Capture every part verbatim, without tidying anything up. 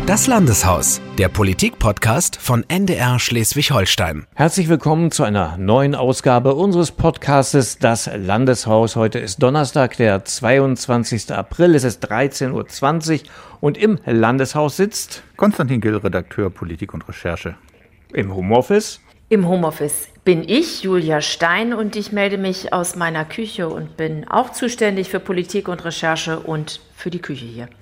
Das Landeshaus, der Politik-Podcast von N D R Schleswig-Holstein. Herzlich willkommen zu einer neuen Ausgabe unseres Podcastes Das Landeshaus. Heute ist Donnerstag, der zweiundzwanzigster April. Es ist dreizehn Uhr zwanzig und im Landeshaus sitzt Konstantin Gill, Redakteur Politik und Recherche. Im Homeoffice. Im Homeoffice bin ich, Julia Stein, und ich melde mich aus meiner Küche und bin auch zuständig für Politik und Recherche und für die Küche hier.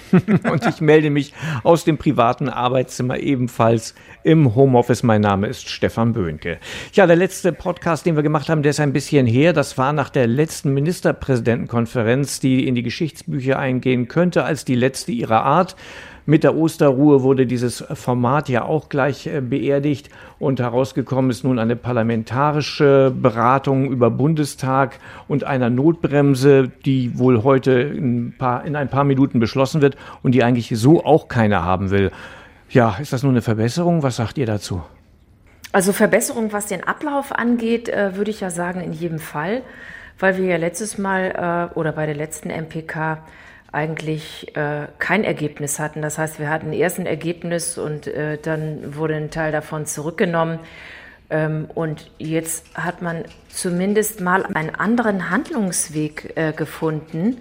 Und ich melde mich aus dem privaten Arbeitszimmer ebenfalls im Homeoffice. Mein Name ist Stefan Böhnke. Ja, der letzte Podcast, den wir gemacht haben, der ist ein bisschen her. Das war nach der letzten Ministerpräsidentenkonferenz, die in die Geschichtsbücher eingehen könnte, als die letzte ihrer Art. Mit der Osterruhe wurde dieses Format ja auch gleich beerdigt und herausgekommen ist nun eine parlamentarische Beratung über Bundestag und einer Notbremse, die wohl heute in ein paar, in ein paar Minuten beschlossen wird und die eigentlich so auch keiner haben will. Ja, ist das nun eine Verbesserung? Was sagt ihr dazu? Also Verbesserung, was den Ablauf angeht, äh, würde ich ja sagen, in jedem Fall, weil wir ja letztes Mal äh, oder bei der letzten M P K eigentlich äh, kein Ergebnis hatten. Das heißt, wir hatten erst ein Ergebnis und äh, dann wurde ein Teil davon zurückgenommen. Ähm, und jetzt hat man zumindest mal einen anderen Handlungsweg äh, gefunden,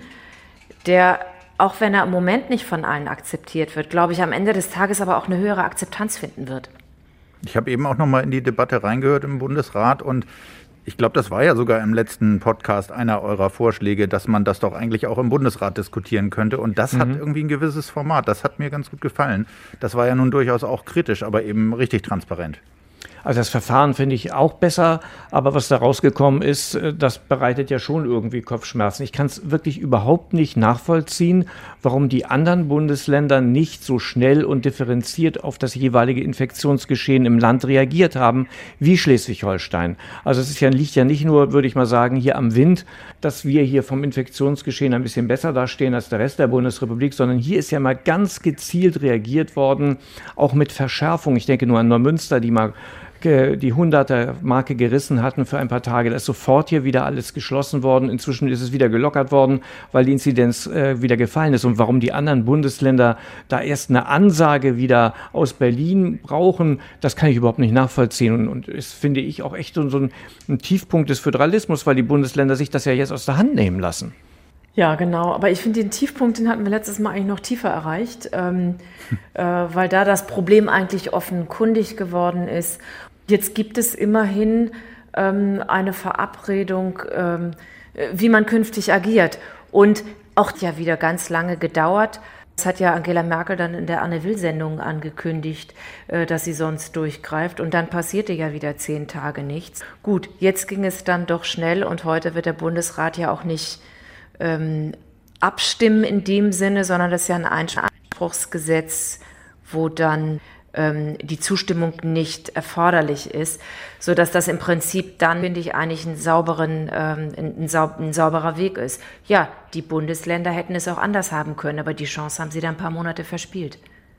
der, auch wenn er im Moment nicht von allen akzeptiert wird, glaube ich, am Ende des Tages aber auch eine höhere Akzeptanz finden wird. Ich habe eben auch noch mal in die Debatte reingehört im Bundesrat und ich glaube, das war ja sogar im letzten Podcast einer eurer Vorschläge, dass man das doch eigentlich auch im Bundesrat diskutieren könnte. Und das mhm. hat irgendwie ein gewisses Format. Das hat mir ganz gut gefallen. Das war ja nun durchaus auch kritisch, aber eben richtig transparent. Also das Verfahren finde ich auch besser, aber was da rausgekommen ist, das bereitet ja schon irgendwie Kopfschmerzen. Ich kann es wirklich überhaupt nicht nachvollziehen, warum die anderen Bundesländer nicht so schnell und differenziert auf das jeweilige Infektionsgeschehen im Land reagiert haben wie Schleswig-Holstein. Also es ist ja, liegt ja nicht nur, würde ich mal sagen, hier am Wind, dass wir hier vom Infektionsgeschehen ein bisschen besser dastehen als der Rest der Bundesrepublik, sondern hier ist ja mal ganz gezielt reagiert worden, auch mit Verschärfung. Ich denke nur an Neumünster, die mal die hunderter-Marke gerissen hatten für ein paar Tage. Da ist sofort hier wieder alles geschlossen worden. Inzwischen ist es wieder gelockert worden, weil die Inzidenz äh, wieder gefallen ist. Und warum die anderen Bundesländer da erst eine Ansage wieder aus Berlin brauchen, das kann ich überhaupt nicht nachvollziehen. Und, und das finde ich auch echt so ein, ein Tiefpunkt des Föderalismus, weil die Bundesländer sich das ja jetzt aus der Hand nehmen lassen. Ja, genau. Aber ich finde, den Tiefpunkt, den hatten wir letztes Mal eigentlich noch tiefer erreicht, ähm, äh, weil da das Problem eigentlich offenkundig geworden ist. Jetzt gibt es immerhin ähm, eine Verabredung, ähm, wie man künftig agiert. Und auch ja wieder ganz lange gedauert. Das hat ja Angela Merkel dann in der Anne-Will-Sendung angekündigt, äh, dass sie sonst durchgreift. Und dann passierte ja wieder zehn Tage nichts. Gut, jetzt ging es dann doch schnell und heute wird der Bundesrat ja auch nicht ähm, abstimmen in dem Sinne, sondern das ist ja ein Einspruchsgesetz, wo dann die Zustimmung nicht erforderlich ist, sodass das im Prinzip dann, finde ich, eigentlich ein, sauberen, ähm, ein, sau- ein sauberer Weg ist. Ja, die Bundesländer hätten es auch anders haben können, aber die Chance haben sie da ein paar Monate verspielt.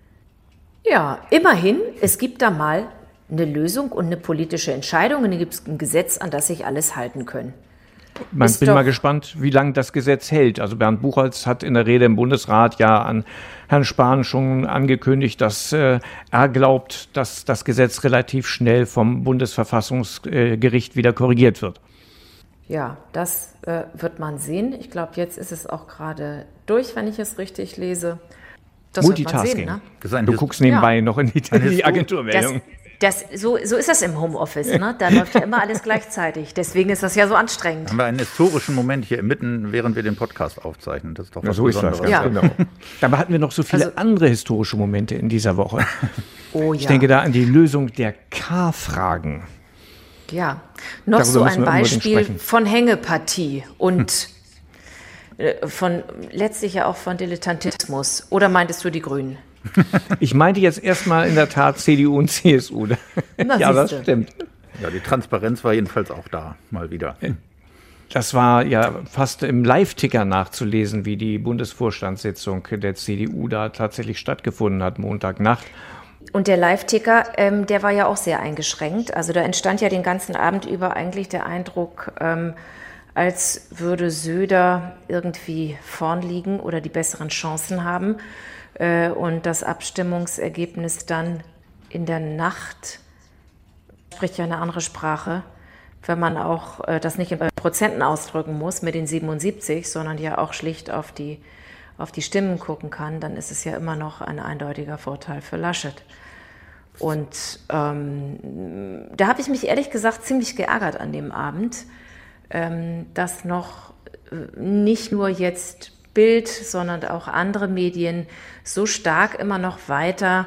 Ja, immerhin, es gibt da mal eine Lösung und eine politische Entscheidung und dann gibt es ein Gesetz, an das sich alles halten können. Man bin mal gespannt, wie lange das Gesetz hält. Also Bernd Buchholz hat in der Rede im Bundesrat ja an Herrn Spahn schon angekündigt, dass äh, er glaubt, dass das Gesetz relativ schnell vom Bundesverfassungsgericht wieder korrigiert wird. Ja, das äh, wird man sehen. Ich glaube, jetzt ist es auch gerade durch, wenn ich es richtig lese. Das Multitasking. Wird man sehen, ne? Du guckst nebenbei ja. noch in die, in die Agenturmeldung. Das, so, so ist das im Homeoffice, ne? Da läuft ja immer alles gleichzeitig. Deswegen ist das ja so anstrengend. Haben wir einen historischen Moment hier mitten, während wir den Podcast aufzeichnen. Das ist doch was ja, so Besonderes. Ist das, ganz ja. genau. Dabei hatten wir noch so viele also, andere historische Momente in dieser Woche. Oh, ich ja. denke da an die Lösung der K-Fragen. Ja, noch Darüber so ein Beispiel von Hängepartie und von letztlich ja auch von Dilettantismus. Oder meintest du die Grünen? Ich meinte jetzt erstmal in der Tat C D U und C S U. Na, ja, das stimmt. Ja, die Transparenz war jedenfalls auch da, mal wieder. Das war ja fast im Live-Ticker nachzulesen, wie die Bundesvorstandssitzung der C D U da tatsächlich stattgefunden hat, Montagnacht. Und der Live-Ticker, ähm, der war ja auch sehr eingeschränkt. Also da entstand ja den ganzen Abend über eigentlich der Eindruck, ähm, als würde Söder irgendwie vorn liegen oder die besseren Chancen haben. äh, und das Abstimmungsergebnis dann in der Nacht spricht ja eine andere Sprache, wenn man auch äh, das nicht in Prozenten ausdrücken muss mit den siebenundsiebzig, sondern ja auch schlicht auf die, auf die Stimmen gucken kann, dann ist es ja immer noch ein eindeutiger Vorteil für Laschet. Und ähm, da habe ich mich ehrlich gesagt ziemlich geärgert an dem Abend, ähm, dass noch nicht nur jetzt Bild, sondern auch andere Medien so stark immer noch weiter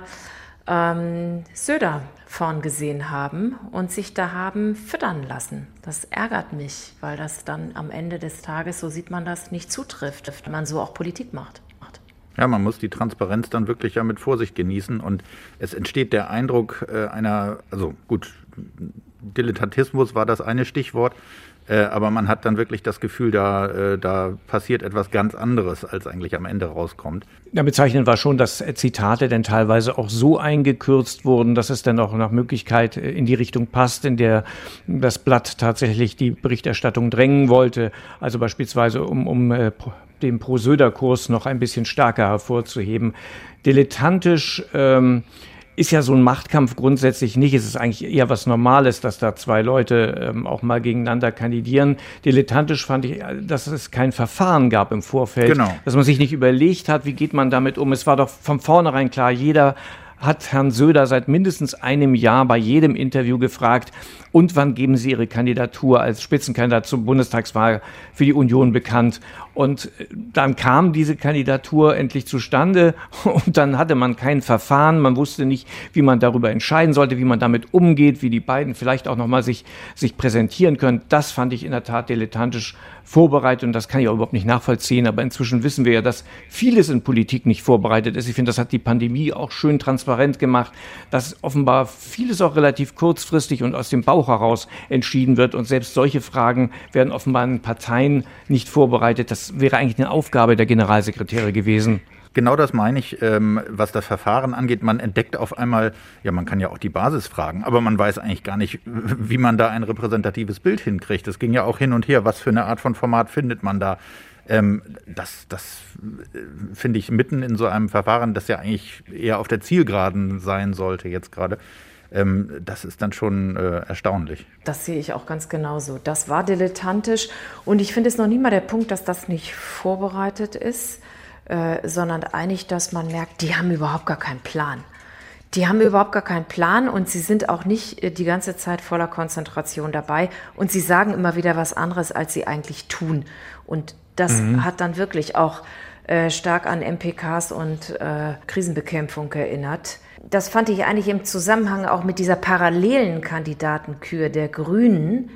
ähm, Söder vorn gesehen haben und sich da haben füttern lassen. Das ärgert mich, weil das dann am Ende des Tages, so sieht man das, nicht zutrifft, wenn man so auch Politik macht. Ja, man muss die Transparenz dann wirklich ja mit Vorsicht genießen und es entsteht der Eindruck äh, einer, also gut, Dilettantismus war das eine Stichwort, äh, aber man hat dann wirklich das Gefühl, da, äh, da passiert etwas ganz anderes, als eigentlich am Ende rauskommt. Ja, bezeichnend war schon, dass Zitate denn teilweise auch so eingekürzt wurden, dass es dann auch nach Möglichkeit in die Richtung passt, in der das Blatt tatsächlich die Berichterstattung drängen wollte. Also beispielsweise um, um äh, den Pro-Söder-Kurs noch ein bisschen stärker hervorzuheben. Dilettantisch ähm, ist ja so ein Machtkampf grundsätzlich nicht. Es ist eigentlich eher was Normales, dass da zwei Leute ähm, auch mal gegeneinander kandidieren. Dilettantisch fand ich, dass es kein Verfahren gab im Vorfeld. Genau. Dass man sich nicht überlegt hat, wie geht man damit um. Es war doch von vornherein klar, jeder hat Herrn Söder seit mindestens einem Jahr bei jedem Interview gefragt, und wann geben Sie Ihre Kandidatur als Spitzenkandidat zur Bundestagswahl für die Union bekannt? Und dann kam diese Kandidatur endlich zustande und dann hatte man kein Verfahren. Man wusste nicht, wie man darüber entscheiden sollte, wie man damit umgeht, wie die beiden vielleicht auch nochmal sich, sich präsentieren können. Das fand ich in der Tat dilettantisch vorbereitet und das kann ich auch überhaupt nicht nachvollziehen. Aber inzwischen wissen wir ja, dass vieles in Politik nicht vorbereitet ist. Ich finde, das hat die Pandemie auch schön transparent gemacht, dass offenbar vieles auch relativ kurzfristig und aus dem Bauch heraus entschieden wird. Und selbst solche Fragen werden offenbar in Parteien nicht vorbereitet. Das wäre eigentlich eine Aufgabe der Generalsekretäre gewesen. Genau das meine ich, ähm, was das Verfahren angeht. Man entdeckt auf einmal, ja, man kann ja auch die Basis fragen, aber man weiß eigentlich gar nicht, wie man da ein repräsentatives Bild hinkriegt. Es ging ja auch hin und her, was für eine Art von Format findet man da. Ähm, das das finde ich mitten in so einem Verfahren, das ja eigentlich eher auf der Zielgeraden sein sollte jetzt gerade. Ähm, das ist dann schon äh, erstaunlich. Das sehe ich auch ganz genauso. Das war dilettantisch und ich finde es noch nie mal der Punkt, dass das nicht vorbereitet ist, äh, sondern eigentlich, dass man merkt, die haben überhaupt gar keinen Plan. Die haben überhaupt gar keinen Plan und sie sind auch nicht äh, die ganze Zeit voller Konzentration dabei und sie sagen immer wieder was anderes, als sie eigentlich tun. Und das mhm. hat dann wirklich auch äh, stark an M P Ks und äh, Krisenbekämpfung erinnert. Das fand ich eigentlich im Zusammenhang auch mit dieser parallelen Kandidatenkür der Grünen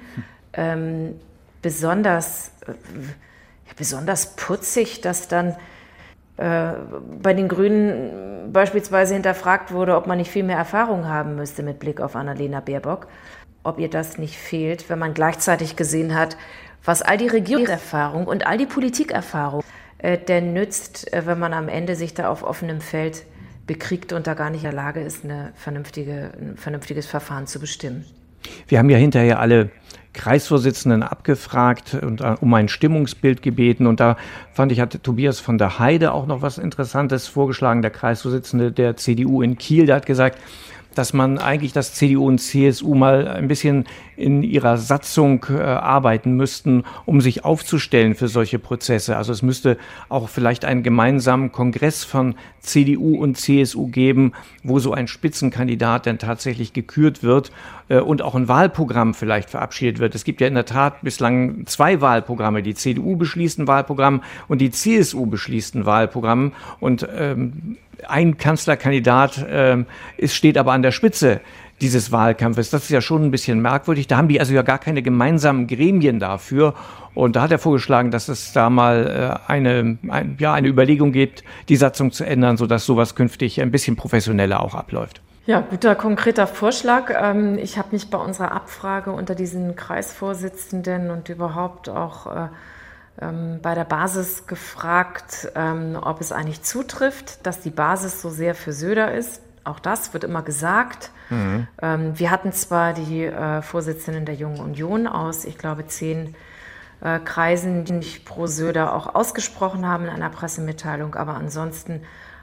ähm, besonders, äh, besonders putzig, dass dann äh, bei den Grünen beispielsweise hinterfragt wurde, ob man nicht viel mehr Erfahrung haben müsste mit Blick auf Annalena Baerbock, ob ihr das nicht fehlt, wenn man gleichzeitig gesehen hat, was all die Regierungserfahrung und all die Politikerfahrung äh, denn nützt, äh, wenn man am Ende sich da auf offenem Feld bekriegt und da gar nicht in der Lage ist, eine vernünftige, ein vernünftiges Verfahren zu bestimmen. Wir haben ja hinterher alle Kreisvorsitzenden abgefragt und um ein Stimmungsbild gebeten. Und da fand ich, hat Tobias von der Heide auch noch was Interessantes vorgeschlagen, der Kreisvorsitzende der C D U in Kiel. Der hat gesagt, dass man eigentlich das C D U und C S U mal ein bisschen in ihrer Satzung äh, arbeiten müssten, um sich aufzustellen für solche Prozesse. Also es müsste auch vielleicht einen gemeinsamen Kongress von C D U und C S U geben, wo so ein Spitzenkandidat dann tatsächlich gekürt wird äh, und auch ein Wahlprogramm vielleicht verabschiedet wird. Es gibt ja in der Tat bislang zwei Wahlprogramme. Die C D U beschließt ein Wahlprogramm und die C S U beschließt ein Wahlprogramm. Und ähm, ein Kanzlerkandidat ähm, ist, steht aber an der Spitze dieses Wahlkampfes. Das ist ja schon ein bisschen merkwürdig. Da haben die also ja gar keine gemeinsamen Gremien dafür. Und da hat er vorgeschlagen, dass es da mal äh, eine, ein, ja, eine Überlegung gibt, die Satzung zu ändern, sodass sowas künftig ein bisschen professioneller auch abläuft. Ja, guter, konkreter Vorschlag. Ähm, ich habe mich bei unserer Abfrage unter diesen Kreisvorsitzenden und überhaupt auch äh, ähm, bei der Basis gefragt, ähm, ob es eigentlich zutrifft, dass die Basis so sehr für Söder ist. Auch das wird immer gesagt. Mhm. Ähm, wir hatten zwar die äh, Vorsitzenden der Jungen Union aus, ich glaube, zehn äh, Kreisen, die nicht pro Söder auch ausgesprochen haben in einer Pressemitteilung, aber ansonsten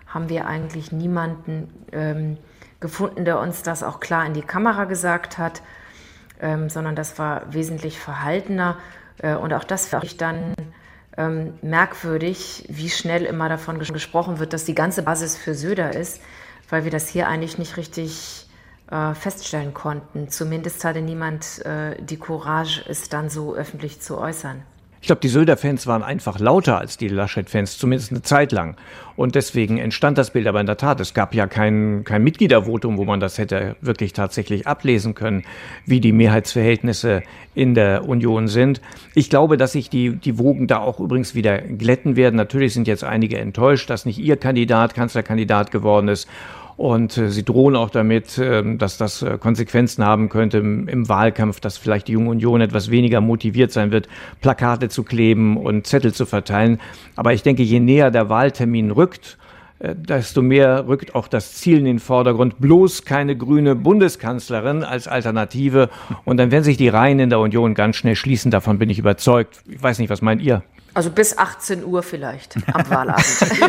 haben wir eigentlich niemanden ähm, gefunden, der uns das auch klar in die Kamera gesagt hat, ähm, sondern das war wesentlich verhaltener. Äh, und auch das fand ich dann ähm, merkwürdig, wie schnell immer davon ges- gesprochen wird, dass die ganze Basis für Söder ist, weil wir das hier eigentlich nicht richtig äh, feststellen konnten. Zumindest hatte niemand äh, die Courage, es dann so öffentlich zu äußern. Ich glaube, die Söder-Fans waren einfach lauter als die Laschet-Fans, zumindest eine Zeit lang. Und deswegen entstand das Bild. Aber in der Tat, es gab ja kein, kein Mitgliedervotum, wo man das hätte wirklich tatsächlich ablesen können, wie die Mehrheitsverhältnisse in der Union sind. Ich glaube, dass sich die, die Wogen da auch übrigens wieder glätten werden. Natürlich sind jetzt einige enttäuscht, dass nicht ihr Kandidat Kanzlerkandidat geworden ist. Und äh, sie drohen auch damit, äh, dass das äh, Konsequenzen haben könnte im, im Wahlkampf, dass vielleicht die Junge Union etwas weniger motiviert sein wird, Plakate zu kleben und Zettel zu verteilen. Aber ich denke, je näher der Wahltermin rückt, äh, desto mehr rückt auch das Ziel in den Vordergrund. Bloß keine grüne Bundeskanzlerin als Alternative. Und dann werden sich die Reihen in der Union ganz schnell schließen. Davon bin ich überzeugt. Ich weiß nicht, was meint ihr? Also bis achtzehn Uhr vielleicht am Wahlabend.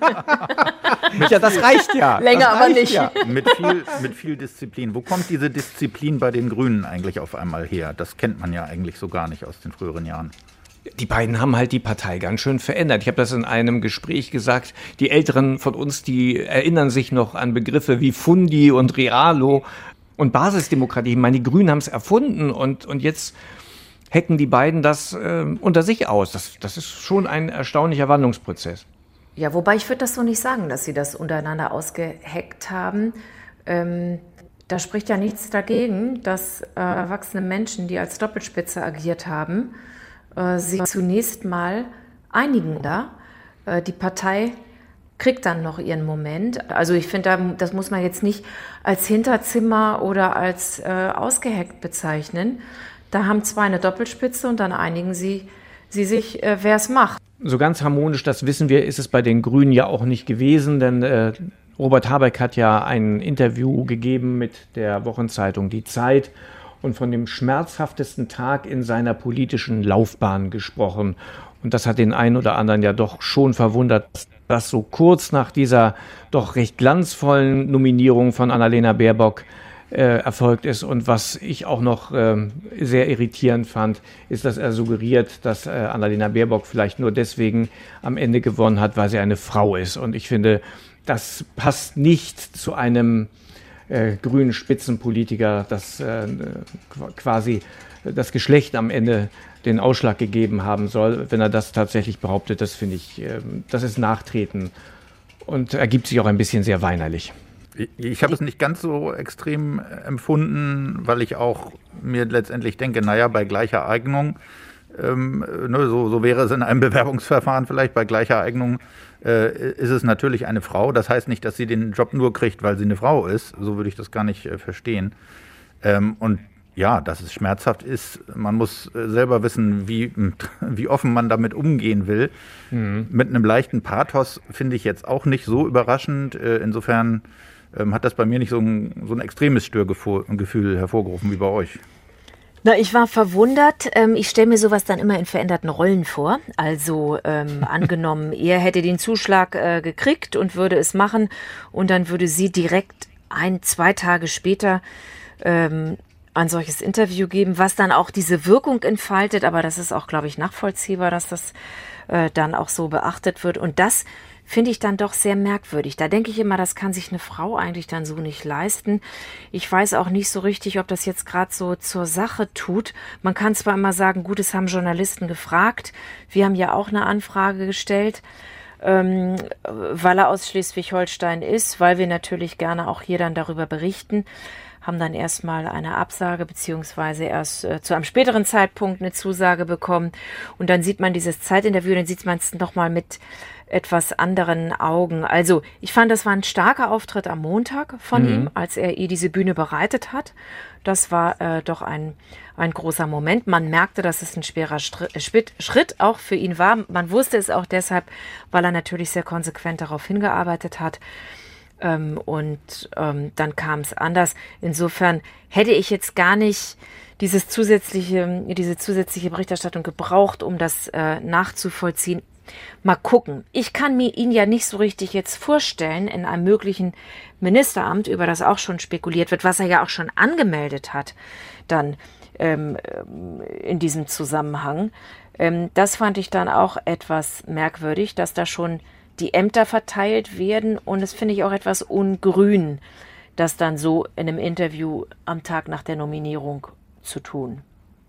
Ja, das reicht ja. Länger das aber nicht. Ja. Mit viel, mit viel Disziplin. Wo kommt diese Disziplin bei den Grünen eigentlich auf einmal her? Das kennt man ja eigentlich so gar nicht aus den früheren Jahren. Die beiden haben halt die Partei ganz schön verändert. Ich habe das in einem Gespräch gesagt. Die Älteren von uns, die erinnern sich noch an Begriffe wie Fundi und Realo und Basisdemokratie. Ich meine, die Grünen haben es erfunden und, und jetzt hacken die beiden das äh, unter sich aus. Das, das ist schon ein erstaunlicher Wandlungsprozess. Ja, wobei ich würde das so nicht sagen, dass sie das untereinander ausgeheckt haben. Ähm, da spricht ja nichts dagegen, dass äh, erwachsene Menschen, die als Doppelspitze agiert haben, äh, sich zunächst mal einigen da. Äh, die Partei kriegt dann noch ihren Moment. Also ich finde, das muss man jetzt nicht als Hinterzimmer oder als äh, ausgeheckt bezeichnen. Da haben zwei eine Doppelspitze und dann einigen sie, sie sich, äh, wer es macht. So ganz harmonisch, das wissen wir, ist es bei den Grünen ja auch nicht gewesen, denn äh, Robert Habeck hat ja ein Interview gegeben mit der Wochenzeitung Die Zeit und von dem schmerzhaftesten Tag in seiner politischen Laufbahn gesprochen. Und das hat den einen oder anderen ja doch schon verwundert, dass so kurz nach dieser doch recht glanzvollen Nominierung von Annalena Baerbock Äh, erfolgt ist. Und was ich auch noch ähm, sehr irritierend fand, ist, dass er suggeriert, dass äh, Annalena Baerbock vielleicht nur deswegen am Ende gewonnen hat, weil sie eine Frau ist. Und ich finde, das passt nicht zu einem äh, grünen Spitzenpolitiker, dass äh, quasi das Geschlecht am Ende den Ausschlag gegeben haben soll. Wenn er das tatsächlich behauptet, das finde ich, äh, das ist Nachtreten und ergibt sich auch ein bisschen sehr weinerlich. Ich habe es nicht ganz so extrem empfunden, weil ich auch mir letztendlich denke, naja, bei gleicher Eignung, ähm, ne, so, so wäre es in einem Bewerbungsverfahren vielleicht, bei gleicher Eignung äh, ist es natürlich eine Frau. Das heißt nicht, dass sie den Job nur kriegt, weil sie eine Frau ist. So würde ich das gar nicht äh, verstehen. Ähm, und ja, dass es schmerzhaft ist, man muss äh, selber wissen, wie, wie offen man damit umgehen will. Mhm. Mit einem leichten Pathos finde ich jetzt auch nicht so überraschend. Äh, insofern Ähm, hat das bei mir nicht so ein, so ein extremes Störgefühl hervorgerufen wie bei euch? Na, ich war verwundert. Ähm, ich stelle mir sowas dann immer in veränderten Rollen vor. Also ähm, angenommen, er hätte den Zuschlag äh, gekriegt und würde es machen und dann würde sie direkt ein, zwei Tage später ähm, ein solches Interview geben, was dann auch diese Wirkung entfaltet. Aber das ist auch, glaube ich, nachvollziehbar, dass das äh, dann auch so beachtet wird. Und das finde ich dann doch sehr merkwürdig. Da denke ich immer, das kann sich eine Frau eigentlich dann so nicht leisten. Ich weiß auch nicht so richtig, ob das jetzt gerade so zur Sache tut. Man kann zwar immer sagen, gut, es haben Journalisten gefragt. Wir haben ja auch eine Anfrage gestellt, ähm, weil er aus Schleswig-Holstein ist, weil wir natürlich gerne auch hier dann darüber berichten. Haben dann erstmal eine Absage beziehungsweise erst äh, zu einem späteren Zeitpunkt eine Zusage bekommen. Und dann sieht man dieses Zeitinterview, dann sieht man es nochmal mit etwas anderen Augen. Also ich fand, das war ein starker Auftritt am Montag von mhm. ihm, als er ihr diese Bühne bereitet hat. Das war äh, doch ein, ein großer Moment. Man merkte, dass es ein schwerer Schritt, Schritt auch für ihn war. Man wusste es auch deshalb, weil er natürlich sehr konsequent darauf hingearbeitet hat. Ähm, und ähm, dann kam es anders. Insofern hätte ich jetzt gar nicht dieses zusätzliche, diese zusätzliche Berichterstattung gebraucht, um das äh, nachzuvollziehen. Mal gucken. Ich kann mir ihn ja nicht so richtig jetzt vorstellen in einem möglichen Ministeramt, über das auch schon spekuliert wird, was er ja auch schon angemeldet hat, dann ähm, in diesem Zusammenhang. Ähm, das fand ich dann auch etwas merkwürdig, dass da schon die Ämter verteilt werden und das finde ich auch etwas ungrün, das dann so in einem Interview am Tag nach der Nominierung zu tun.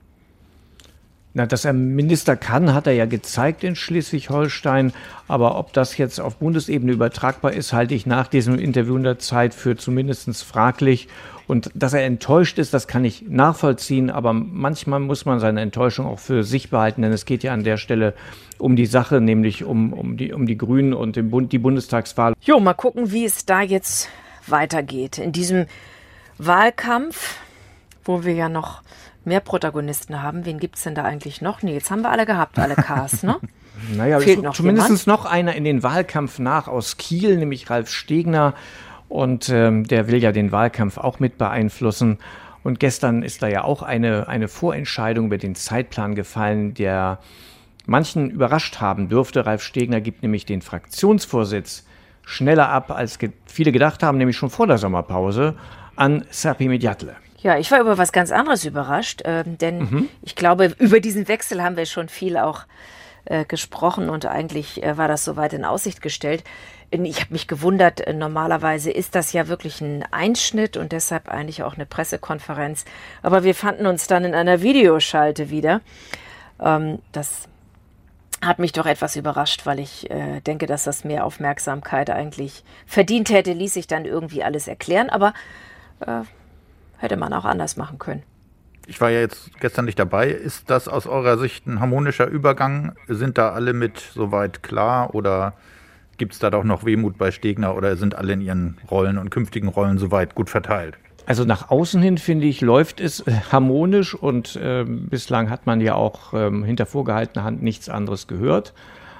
Na, dass er Minister kann, hat er ja gezeigt in Schleswig-Holstein. Aber ob das jetzt auf Bundesebene übertragbar ist, halte ich nach diesem Interview in der Zeit für zumindest fraglich. Und dass er enttäuscht ist, das kann ich nachvollziehen. Aber manchmal muss man seine Enttäuschung auch für sich behalten, denn es geht ja an der Stelle um die Sache, nämlich um, um, die, um die Grünen und den Bund, die Bundestagswahl. Jo, mal gucken, wie es da jetzt weitergeht. In diesem Wahlkampf, wo wir ja noch mehr Protagonisten haben. Wen gibt es denn da eigentlich noch? Nee, jetzt haben wir alle gehabt, alle Ks, ne? Naja, fehlt noch zumindest noch einer in den Wahlkampf nach aus Kiel, nämlich Ralf Stegner. Und ähm, der will ja den Wahlkampf auch mit beeinflussen. Und gestern ist da ja auch eine, eine Vorentscheidung über den Zeitplan gefallen, der manchen überrascht haben dürfte. Ralf Stegner gibt nämlich den Fraktionsvorsitz schneller ab, als ge- viele gedacht haben, nämlich schon vor der Sommerpause, an Serpil Medjatle. Ja, ich war über was ganz anderes überrascht, äh, denn mhm. ich glaube, über diesen Wechsel haben wir schon viel auch äh, gesprochen und eigentlich äh, war das soweit in Aussicht gestellt. Ich habe mich gewundert, äh, normalerweise ist das ja wirklich ein Einschnitt und deshalb eigentlich auch eine Pressekonferenz. Aber wir fanden uns dann in einer Videoschalte wieder. Ähm, das hat mich doch etwas überrascht, weil ich äh, denke, dass das mehr Aufmerksamkeit eigentlich verdient hätte, ließ sich dann irgendwie alles erklären, aber äh, hätte man auch anders machen können. Ich war ja jetzt gestern nicht dabei. Ist das aus eurer Sicht ein harmonischer Übergang? Sind da alle mit soweit klar oder gibt es da doch noch Wehmut bei Stegner oder sind alle in ihren Rollen und künftigen Rollen soweit gut verteilt? Also nach außen hin, finde ich, läuft es harmonisch und äh, bislang hat man ja auch ähm, hinter vorgehaltener Hand nichts anderes gehört.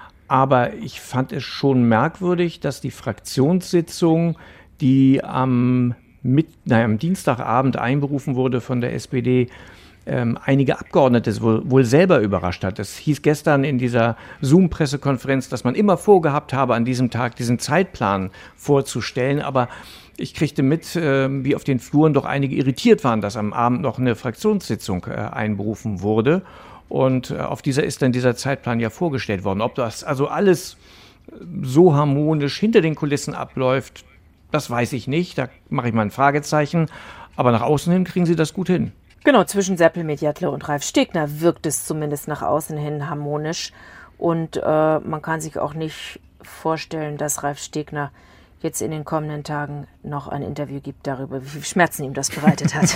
Aber ich fand es schon merkwürdig, dass die Fraktionssitzung, die am Mit, naja, am Dienstagabend einberufen wurde von der S P D, ähm, einige Abgeordnete wohl, wohl selber überrascht hat. Es hieß gestern in dieser Zoom-Pressekonferenz, dass man immer vorgehabt habe, an diesem Tag diesen Zeitplan vorzustellen. Aber ich kriegte mit, äh, wie auf den Fluren doch einige irritiert waren, dass am Abend noch eine Fraktionssitzung äh, einberufen wurde. Und äh, auf dieser ist dann dieser Zeitplan ja vorgestellt worden. Ob das also alles so harmonisch hinter den Kulissen abläuft, das weiß ich nicht, da mache ich mal ein Fragezeichen. Aber nach außen hin kriegen sie das gut hin. Genau, zwischen Serpil Medjatle und Ralf Stegner wirkt es zumindest nach außen hin harmonisch. Und äh, man kann sich auch nicht vorstellen, dass Ralf Stegner jetzt in den kommenden Tagen noch ein Interview gibt darüber, wie viel Schmerzen ihm das bereitet hat.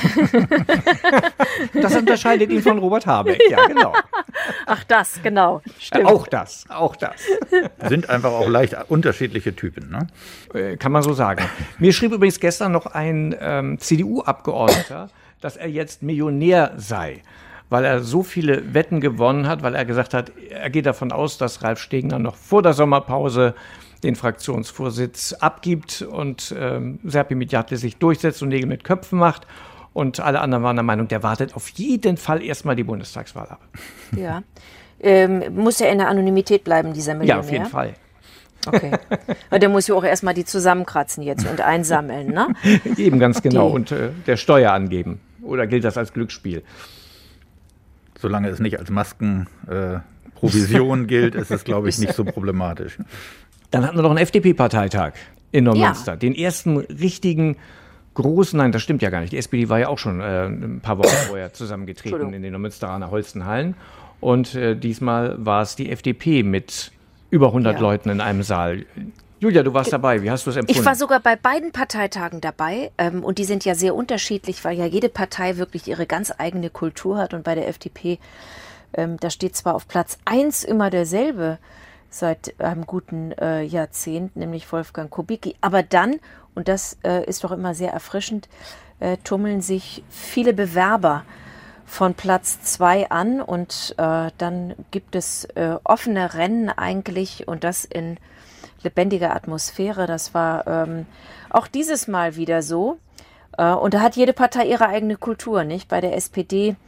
Das unterscheidet ihn von Robert Habeck, ja, ja genau. Ach das, genau. Stimmt. Äh, auch das, auch das. Sind einfach auch leicht unterschiedliche Typen, ne? Äh, kann man so sagen. Mir schrieb übrigens gestern noch ein ähm, C D U-Abgeordneter, dass er jetzt Millionär sei, weil er so viele Wetten gewonnen hat, weil er gesagt hat, er geht davon aus, dass Ralf Stegner noch vor der Sommerpause den Fraktionsvorsitz abgibt und ähm, Serpil Medjatle sich durchsetzt und Nägel mit Köpfen macht. Und alle anderen waren der Meinung, der wartet auf jeden Fall erstmal die Bundestagswahl ab. Ja. Ähm, muss ja in der Anonymität bleiben, dieser Millionär? Ja, auf jeden Fall. Okay. Aber der muss ja auch erstmal die zusammenkratzen jetzt und einsammeln, ne? Eben, ganz genau. Die. Und äh, der Steuer angeben. Oder gilt das als Glücksspiel? Solange es nicht als Maskenprovision äh, gilt, ist es, glaube ich, nicht so problematisch. Dann hatten wir noch einen F D P-Parteitag in Neumünster. Ja. Den ersten richtigen großen, nein, das stimmt ja gar nicht. Die S P D war ja auch schon äh, ein paar Wochen vorher zusammengetreten in den Neumünsteraner Holstenhallen. Und äh, diesmal war es die F D P mit über hundert ja. Leuten in einem Saal. Julia, du warst dabei. Wie hast du es empfunden? Ich war sogar bei beiden Parteitagen dabei. Ähm, und die sind ja sehr unterschiedlich, weil ja jede Partei wirklich ihre ganz eigene Kultur hat. Und bei der F D P, ähm, da steht zwar auf Platz eins immer derselbe seit einem guten äh, Jahrzehnt, nämlich Wolfgang Kubicki. Aber dann, und das äh, ist doch immer sehr erfrischend, äh, tummeln sich viele Bewerber von Platz zwei an und äh, dann gibt es äh, offene Rennen eigentlich und das in lebendiger Atmosphäre. Das war ähm, auch dieses Mal wieder so. Äh, und da hat jede Partei ihre eigene Kultur, nicht? Bei der S P D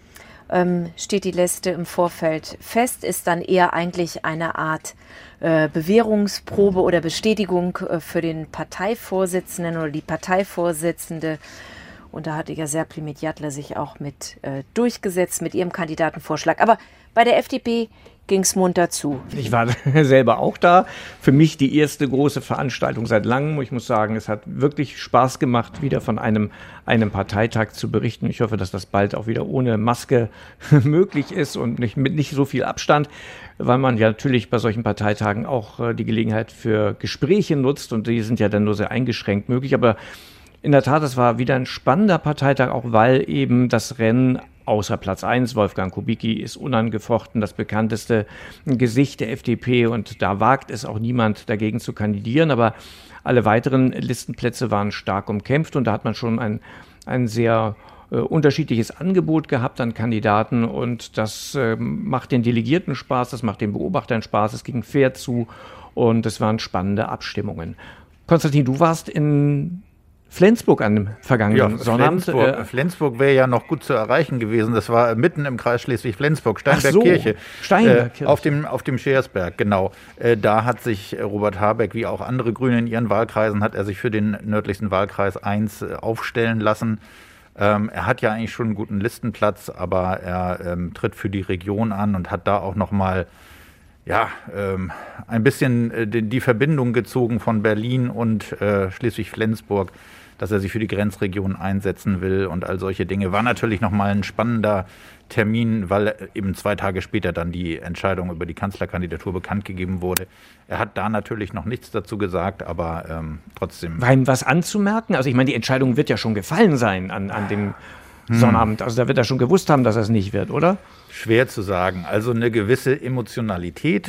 ähm, steht die Liste im Vorfeld fest, ist dann eher eigentlich eine Art äh, Bewährungsprobe oder Bestätigung äh, für den Parteivorsitzenden oder die Parteivorsitzende. Und da hatte ja Serpil Medjadle sich auch mit äh, durchgesetzt mit ihrem Kandidatenvorschlag. Aber bei der F D P ging es munter zu. Ich war selber auch da. Für mich die erste große Veranstaltung seit langem. Ich muss sagen, es hat wirklich Spaß gemacht, wieder von einem, einem Parteitag zu berichten. Ich hoffe, dass das bald auch wieder ohne Maske möglich ist und nicht, mit nicht so viel Abstand, weil man ja natürlich bei solchen Parteitagen auch äh, die Gelegenheit für Gespräche nutzt und die sind ja dann nur sehr eingeschränkt möglich. Aber in der Tat, es war wieder ein spannender Parteitag, auch weil eben das Rennen außer Platz eins, Wolfgang Kubicki, ist unangefochten das bekannteste Gesicht der F D P und da wagt es auch niemand dagegen zu kandidieren, aber alle weiteren Listenplätze waren stark umkämpft und da hat man schon ein, ein sehr äh, unterschiedliches Angebot gehabt an Kandidaten und das äh, macht den Delegierten Spaß, das macht den Beobachtern Spaß, es ging fair zu und es waren spannende Abstimmungen. Konstantin, du warst in Flensburg an dem vergangenen ja, Sonnabend. Flensburg, äh, Flensburg wäre ja noch gut zu erreichen gewesen. Das war mitten im Kreis Schleswig-Flensburg, Steinbergkirche. So, Steinbergkirche. Äh, auf dem, auf dem Scheersberg, genau. Äh, da hat sich Robert Habeck, wie auch andere Grüne in ihren Wahlkreisen, hat er sich für den nördlichsten Wahlkreis eins äh, aufstellen lassen. Ähm, er hat ja eigentlich schon einen guten Listenplatz, aber er ähm, tritt für die Region an und hat da auch noch mal ja, ähm, ein bisschen äh, die, die Verbindung gezogen von Berlin und äh, Schleswig-Flensburg, dass er sich für die Grenzregion einsetzen will und all solche Dinge. War natürlich nochmal ein spannender Termin, weil eben zwei Tage später dann die Entscheidung über die Kanzlerkandidatur bekannt gegeben wurde. Er hat da natürlich noch nichts dazu gesagt, aber ähm, trotzdem. War ihm was anzumerken? Also ich meine, die Entscheidung wird ja schon gefallen sein an, an dem hm. Sonnabend. Also da wird er schon gewusst haben, dass er es nicht wird, oder? Schwer zu sagen. Also eine gewisse Emotionalität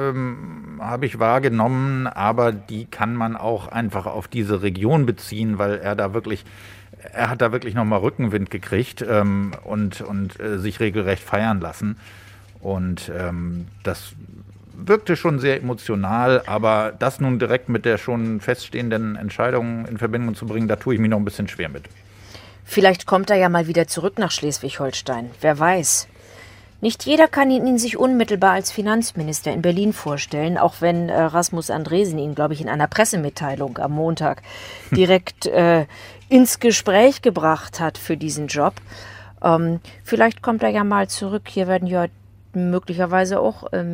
ähm, habe ich wahrgenommen, aber die kann man auch einfach auf diese Region beziehen, weil er da wirklich, er hat da wirklich nochmal Rückenwind gekriegt ähm, und, und äh, sich regelrecht feiern lassen. Und ähm, das wirkte schon sehr emotional, aber das nun direkt mit der schon feststehenden Entscheidung in Verbindung zu bringen, da tue ich mich noch ein bisschen schwer mit. Vielleicht kommt er ja mal wieder zurück nach Schleswig-Holstein, wer weiß. Nicht jeder kann ihn sich unmittelbar als Finanzminister in Berlin vorstellen, auch wenn äh, Rasmus Andresen ihn, glaube ich, in einer Pressemitteilung am Montag direkt äh, ins Gespräch gebracht hat für diesen Job. Ähm, vielleicht kommt er ja mal zurück. Hier werden ja möglicherweise auch äh,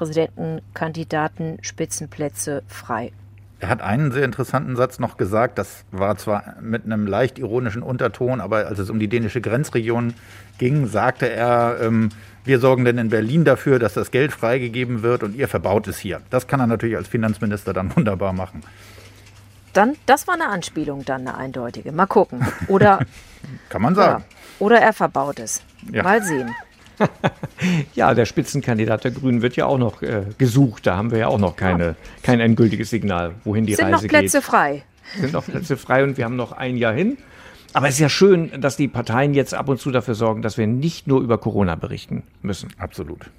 Ministerpräsidentenkandidaten Spitzenplätze frei. Er hat einen sehr interessanten Satz noch gesagt, das war zwar mit einem leicht ironischen Unterton, aber als es um die dänische Grenzregion ging, sagte er, ähm, wir sorgen denn in Berlin dafür, dass das Geld freigegeben wird und ihr verbaut es hier. Das kann er natürlich als Finanzminister dann wunderbar machen. Dann, das war eine Anspielung, dann eine eindeutige. Mal gucken. Oder kann man sagen. Ja, oder er verbaut es. Ja. Mal sehen. Ja, der Spitzenkandidat der Grünen wird ja auch noch äh, gesucht. Da haben wir ja auch noch keine, kein endgültiges Signal, wohin die Sind Reise geht. Sind noch Plätze frei. Sind noch Plätze frei und wir haben noch ein Jahr hin. Aber es ist ja schön, dass die Parteien jetzt ab und zu dafür sorgen, dass wir nicht nur über Corona berichten müssen. Absolut.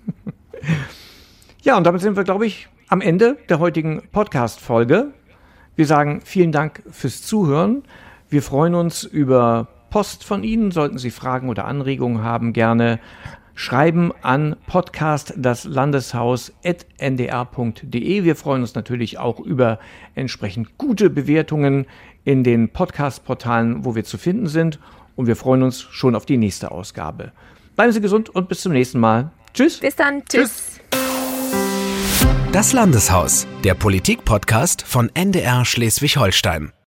Ja, und damit sind wir, glaube ich, am Ende der heutigen Podcast-Folge. Wir sagen vielen Dank fürs Zuhören. Wir freuen uns über Post von Ihnen. Sollten Sie Fragen oder Anregungen haben, gerne schreiben an podcast das Landeshaus at n d r punkt d e. Wir freuen uns natürlich auch über entsprechend gute Bewertungen in den Podcast-Portalen, wo wir zu finden sind. Und wir freuen uns schon auf die nächste Ausgabe. Bleiben Sie gesund und bis zum nächsten Mal. Tschüss. Bis dann. Tschüss. Das Landeshaus, der Politik-Podcast von N D R Schleswig-Holstein.